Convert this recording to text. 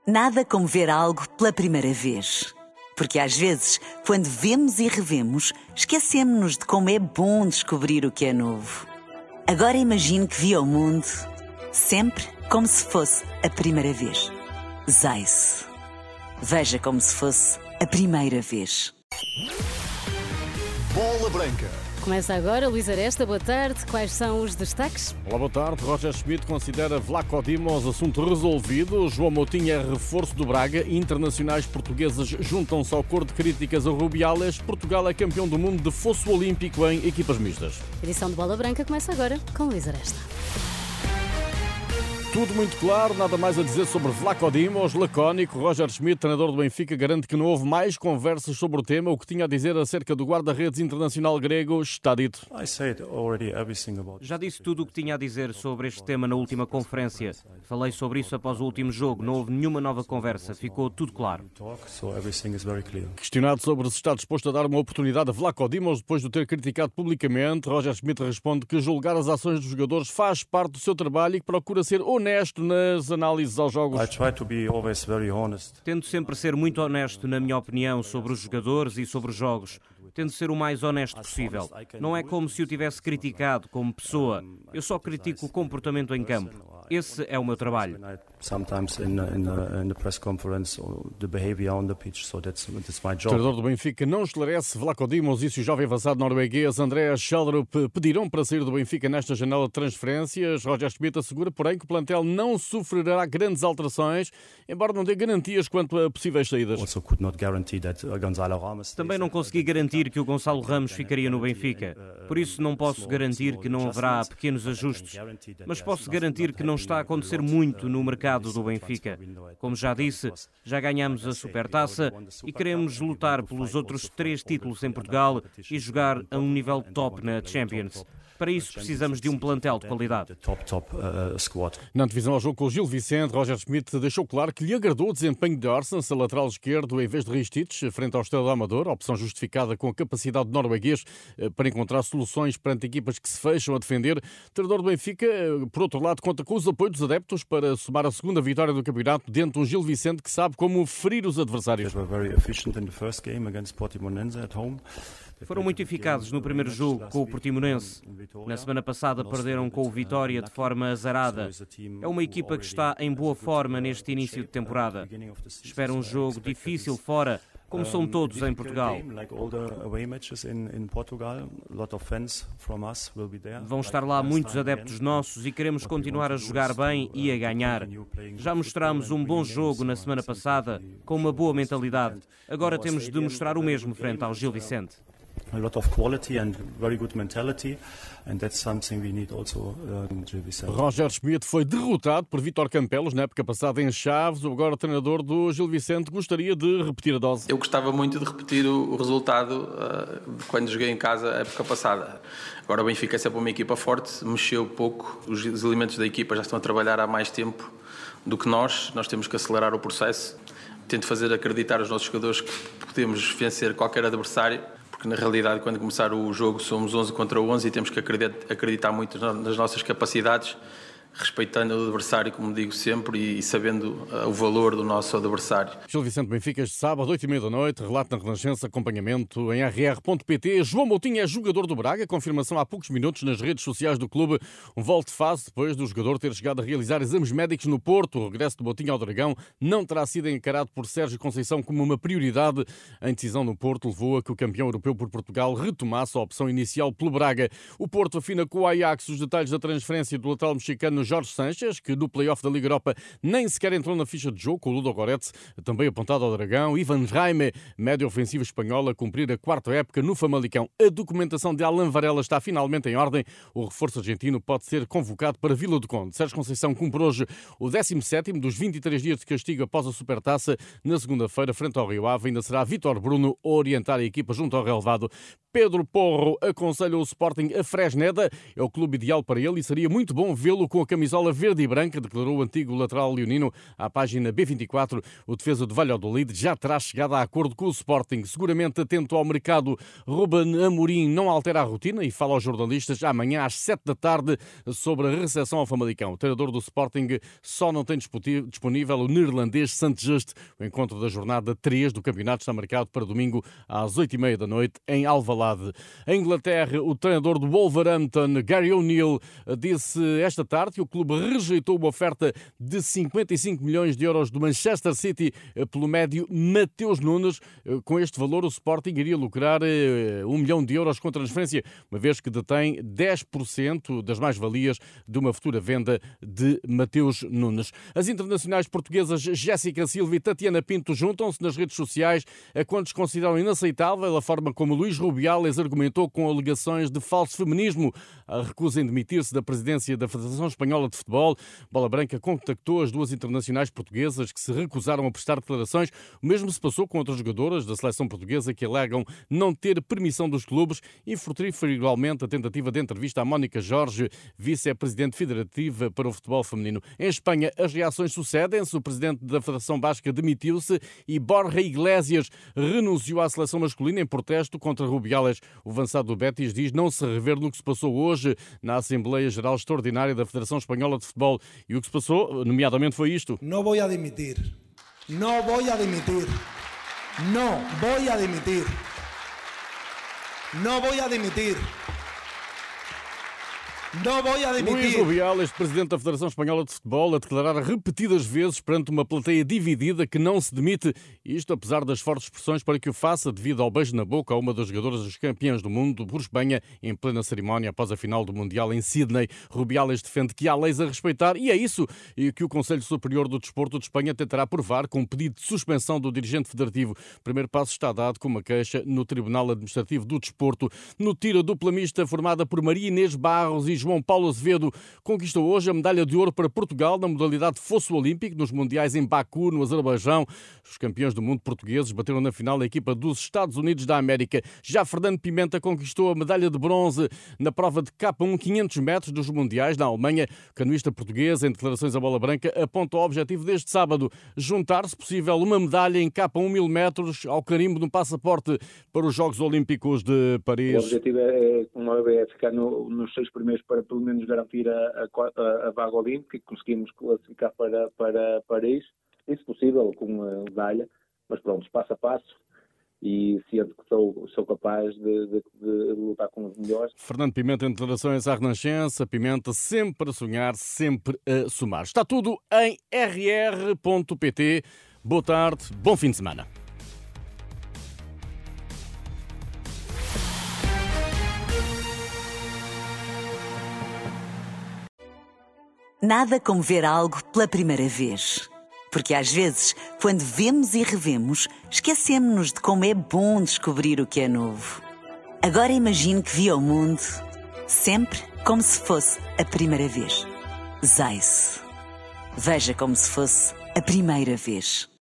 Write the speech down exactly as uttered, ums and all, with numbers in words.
Nada como ver algo pela primeira vez. Porque às vezes, quando vemos e revemos, esquecemos-nos de como é bom descobrir o que é novo. Agora imagine que viu o mundo sempre como se fosse a primeira vez. Zais. Veja como se fosse a primeira vez. Bola Branca. Começa agora, Luís Aresta, boa tarde. Quais são os destaques? Olá, boa tarde. Roger Schmidt considera Vlaco Dimos assunto resolvido. João Moutinho é reforço do Braga. Internacionais portugueses juntam-se ao coro de críticas a Rubiales. Portugal é campeão do mundo de fosso olímpico em equipas mistas. A edição de Bola Branca começa agora com Luís Aresta. Tudo muito claro, nada mais a dizer sobre Vlaco Dimos, lacónico. Roger Schmidt, treinador do Benfica, garante que não houve mais conversas sobre o tema. O que tinha a dizer acerca do guarda-redes internacional grego está dito. Já disse tudo o que tinha a dizer sobre este tema na última conferência. Falei sobre isso após o último jogo. Não houve nenhuma nova conversa. Ficou tudo claro. Questionado sobre se está disposto a dar uma oportunidade a Vlaco Dimos depois de o ter criticado publicamente, Roger Schmidt responde que julgar as ações dos jogadores faz parte do seu trabalho e que procura ser honesto nas análises aos jogos. Tento sempre ser muito honesto na minha opinião sobre os jogadores e sobre os jogos. Tento ser o mais honesto possível. Não é como se o tivesse criticado como pessoa. Eu só critico o comportamento em campo. Esse é o meu trabalho. O treinador do Benfica não esclarece Vlaco Dimos e se o jovem avançado norueguês André Schjelderup pedirão para sair do Benfica nesta janela de transferências. Roger Schmidt assegura, porém, que o plantel não sofrerá grandes alterações, embora não dê garantias quanto a possíveis saídas. Também não consegui garantir que o Gonçalo Ramos ficaria no Benfica. Por isso não posso garantir que não haverá pequenos ajustes. Mas posso garantir que não está a acontecer muito no mercado do Benfica. Como já disse, já ganhamos a Supertaça e queremos lutar pelos outros três títulos em Portugal e jogar a um nível top na Champions. Para isso precisamos de um plantel de qualidade. Na antevisão ao jogo com o Gil Vicente, Roger Schmidt deixou claro que lhe agradou o desempenho de Orsens, a lateral esquerdo, em vez de Ristich, frente ao Estrela da Amador, opção justificada com a capacidade do norueguês para encontrar soluções perante equipas que se fecham a defender. O treinador do Benfica, por outro lado, conta com os apoios dos adeptos para somar a segunda vitória do campeonato dentro de um Gil Vicente que sabe como ferir os adversários. Foram muito eficazes no primeiro jogo com o Portimonense. Na semana passada perderam com o Vitória de forma azarada. É uma equipa que está em boa forma neste início de temporada. Espero um jogo difícil fora, como são todos em Portugal. Vão estar lá muitos adeptos nossos e queremos continuar a jogar bem e a ganhar. Já mostramos um bom jogo na semana passada, com uma boa mentalidade. Agora temos de mostrar o mesmo frente ao Gil Vicente. A lot of quality and very good mentality, and that's something we need also in Gil Vicente. Roger Schmidt foi derrotado por Vítor Campelos na época passada em Chaves. O agora treinador do Gil Vicente gostaria de repetir a dose. Eu gostava muito de repetir o, o resultado uh, de quando joguei em casa a época passada. Agora o Benfica é sempre uma equipa forte, mexeu pouco, os, os elementos da equipa já estão a trabalhar há mais tempo do que nós, nós temos que acelerar o processo. Tento fazer acreditar aos nossos jogadores que podemos vencer qualquer adversário. Porque, na realidade, quando começar o jogo, somos onze contra onze e temos que acreditar muito nas nossas capacidades, respeitando o adversário, como digo sempre, e sabendo o valor do nosso adversário. Gil Vicente Benfica, este sábado, oito e meia da noite, relato na Renascença, acompanhamento em r r ponto p t. João Moutinho é jogador do Braga, confirmação há poucos minutos nas redes sociais do clube. Um volte-face depois do jogador ter chegado a realizar exames médicos no Porto. O regresso de Moutinho ao Dragão não terá sido encarado por Sérgio Conceição como uma prioridade. A indecisão no Porto levou a que o campeão europeu por Portugal retomasse a opção inicial pelo Braga. O Porto afina com o Ajax os detalhes da transferência do lateral mexicano Jorge Sanchez, que no play-off da Liga Europa nem sequer entrou na ficha de jogo, com o Ludo Goretz também apontado ao Dragão. Ivan Raime, médio ofensivo espanhol, a cumprir a quarta época no Famalicão. A documentação de Alan Varela está finalmente em ordem. O reforço argentino pode ser convocado para Vila do Conde. Sérgio Conceição cumpre hoje o décimo sétimo dos vinte e três dias de castigo após a Supertaça. Na segunda-feira, frente ao Rio Ave, ainda será Vítor Bruno a orientar a equipa junto ao relevado. Pedro Porro aconselha o Sporting a Fresneda. É o clube ideal para ele e seria muito bom vê-lo com a a camisola verde e branca, declarou o antigo lateral leonino à página B vinte e quatro. O defesa do Valladolid já terá chegado a acordo com o Sporting. Seguramente atento ao mercado, Ruben Amorim não altera a rotina e fala aos jornalistas amanhã às sete da tarde sobre a recepção ao Famalicão. O treinador do Sporting só não tem disponível o neerlandês Santjust. O encontro da jornada três do campeonato está marcado para domingo às oito e meia da noite em Alvalade. Em Inglaterra, o treinador do Wolverhampton, Gary O'Neill, disse esta tarde que o clube rejeitou uma oferta de cinquenta e cinco milhões de euros do Manchester City pelo médio Mateus Nunes. Com este valor, o Sporting iria lucrar um milhão de euros com transferência, uma vez que detém dez por cento das mais-valias de uma futura venda de Mateus Nunes. As internacionais portuguesas Jéssica Silva e Tatiana Pinto juntam-se nas redes sociais a quantos consideram inaceitável a forma como Luís Rubiales argumentou com alegações de falso feminismo. A recusa em demitir-se da presidência da Federação Espanhola de Futebol. Bola Branca contactou as duas internacionais portuguesas que se recusaram a prestar declarações. O mesmo se passou com outras jogadoras da seleção portuguesa que alegam não ter permissão dos clubes e frutífera igualmente a tentativa de entrevista à Mónica Jorge, vice-presidente federativa para o futebol feminino. Em Espanha, as reações sucedem-se. O presidente da Federação Basca demitiu-se e Borja Iglesias renunciou à seleção masculina em protesto contra Rubiales. O avançado do Betis diz não se rever no que se passou hoje na Assembleia Geral Extraordinária da Federação Espanhola de Futebol. E o que se passou, nomeadamente, foi isto. Não vou a demitir. Não vou a demitir. Não vou a demitir. Não vou a demitir. Não vou a demitir. Luís Rubiales, presidente da Federação Espanhola de Futebol, a declarar repetidas vezes perante uma plateia dividida que não se demite. Isto apesar das fortes pressões para que o faça devido ao beijo na boca a uma das jogadoras dos campeões do mundo por Espanha em plena cerimónia após a final do Mundial em Sydney. Rubiales defende que há leis a respeitar e é isso e que o Conselho Superior do Desporto de Espanha tentará provar com um pedido de suspensão do dirigente federativo. O primeiro passo está dado com uma queixa no Tribunal Administrativo do Desporto. No tiro, a dupla mista formada por Maria Inês Barros e João Paulo Azevedo conquistou hoje a medalha de ouro para Portugal na modalidade fosso olímpico nos Mundiais em Baku, no Azerbaijão. Os campeões do mundo portugueses bateram na final a equipa dos Estados Unidos da América. Já Fernando Pimenta conquistou a medalha de bronze na prova de K um quinhentos metros dos Mundiais na Alemanha. O canoísta português, em declarações à Bola Branca, aponta o objetivo deste sábado: juntar, se possível, uma medalha em K um mil metros ao carimbo de um passaporte para os Jogos Olímpicos de Paris. O objetivo é, uma vez, ficar no, nos seis primeiros para pelo menos garantir a, a, a vaga olímpica e conseguimos classificar para, para Paris, e se possível com a medalha, mas pronto, passo a passo, e sinto que sou, sou capaz de, de, de lutar com os melhores. Fernando Pimenta em declarações à Renascença. Pimenta sempre a sonhar, sempre a somar. Está tudo em r r ponto p t. Boa tarde, bom fim de semana. Nada como ver algo pela primeira vez. Porque às vezes, quando vemos e revemos, esquecemos-nos de como é bom descobrir o que é novo. Agora imagine que viu o mundo sempre como se fosse a primeira vez. Zais. Veja como se fosse a primeira vez.